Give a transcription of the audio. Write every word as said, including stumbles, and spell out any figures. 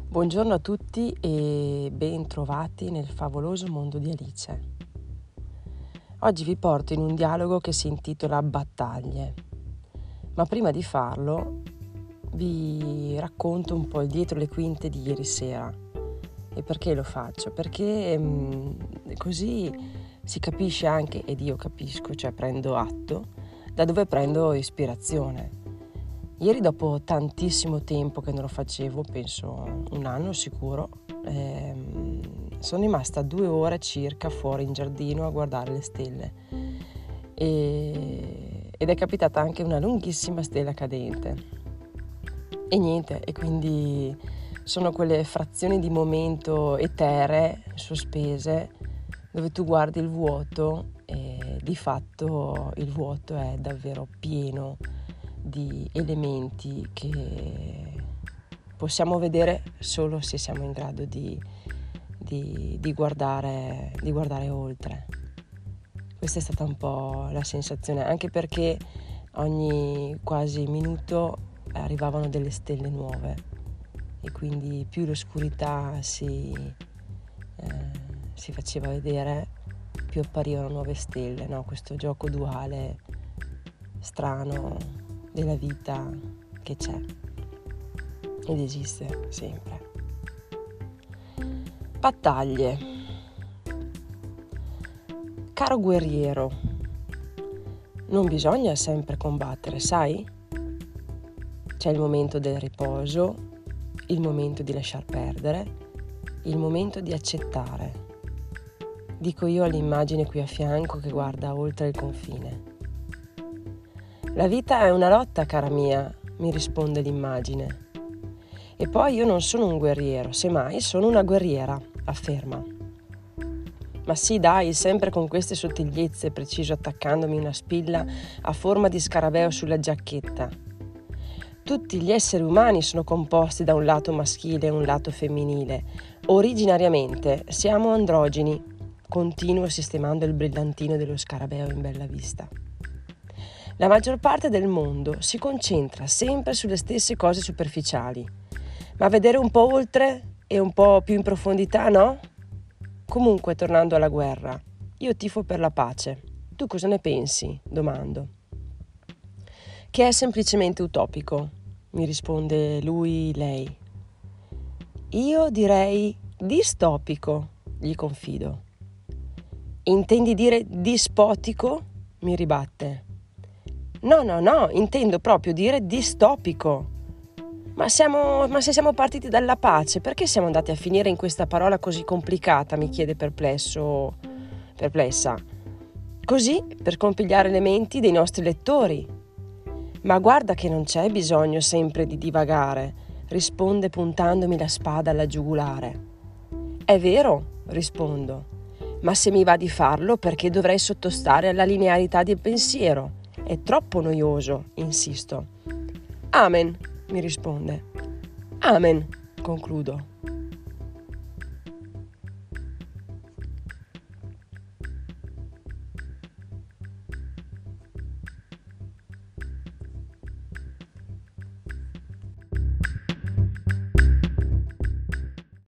Buongiorno a tutti e ben trovati nel favoloso mondo di Alice. Oggi vi porto in un dialogo che si intitola Battaglie, ma prima di farlo vi racconto un po' il dietro le quinte di ieri sera. E perché lo faccio? Perché mh, così si capisce anche, ed io capisco, cioè prendo atto, da dove prendo ispirazione. Ieri, dopo tantissimo tempo che non lo facevo, penso un anno sicuro, ehm, sono rimasta due ore circa fuori in giardino a guardare le stelle e, ed è capitata anche una lunghissima stella cadente e niente, e quindi sono quelle frazioni di momento eteree, sospese, dove tu guardi il vuoto e di fatto il vuoto è davvero pieno di elementi che possiamo vedere solo se siamo in grado di, di, di, guardare, di guardare oltre. Questa è stata un po' la sensazione, anche perché ogni quasi minuto arrivavano delle stelle nuove e quindi più l'oscurità si, eh, si faceva vedere, più apparivano nuove stelle, no? Questo gioco duale strano della vita che c'è ed esiste sempre. Battaglie. Caro guerriero, non bisogna sempre combattere, sai? C'è il momento del riposo, il momento di lasciar perdere, il momento di accettare. Dico io all'immagine qui a fianco che guarda oltre il confine. La vita è una lotta, cara mia, mi risponde l'immagine. E poi io non sono un guerriero, semmai sono una guerriera, afferma. Ma sì, dai, sempre con queste sottigliezze, preciso attaccandomi una spilla a forma di scarabeo sulla giacchetta. Tutti gli esseri umani sono composti da un lato maschile e un lato femminile. Originariamente siamo androgini, continuo sistemando il brillantino dello scarabeo in bella vista. La maggior parte del mondo si concentra sempre sulle stesse cose superficiali, ma vedere un po' oltre e un po' più in profondità, no? Comunque, tornando alla guerra, io tifo per la pace. Tu cosa ne pensi? Domando. Che è semplicemente utopico, mi risponde lui, lei. Io direi distopico, gli confido. Intendi dire dispotico? Mi ribatte. No, no, no, intendo proprio dire distopico. Ma, siamo, ma se siamo partiti dalla pace, perché siamo andati a finire in questa parola così complicata? Mi chiede perplesso, perplessa. Così per scompigliare le menti dei nostri lettori. Ma guarda che non c'è bisogno sempre di divagare, risponde puntandomi la spada alla giugulare. È vero, rispondo, ma se mi va di farlo, perché dovrei sottostare alla linearità del pensiero? È troppo noioso, insisto. Amen, mi risponde. Amen, concludo.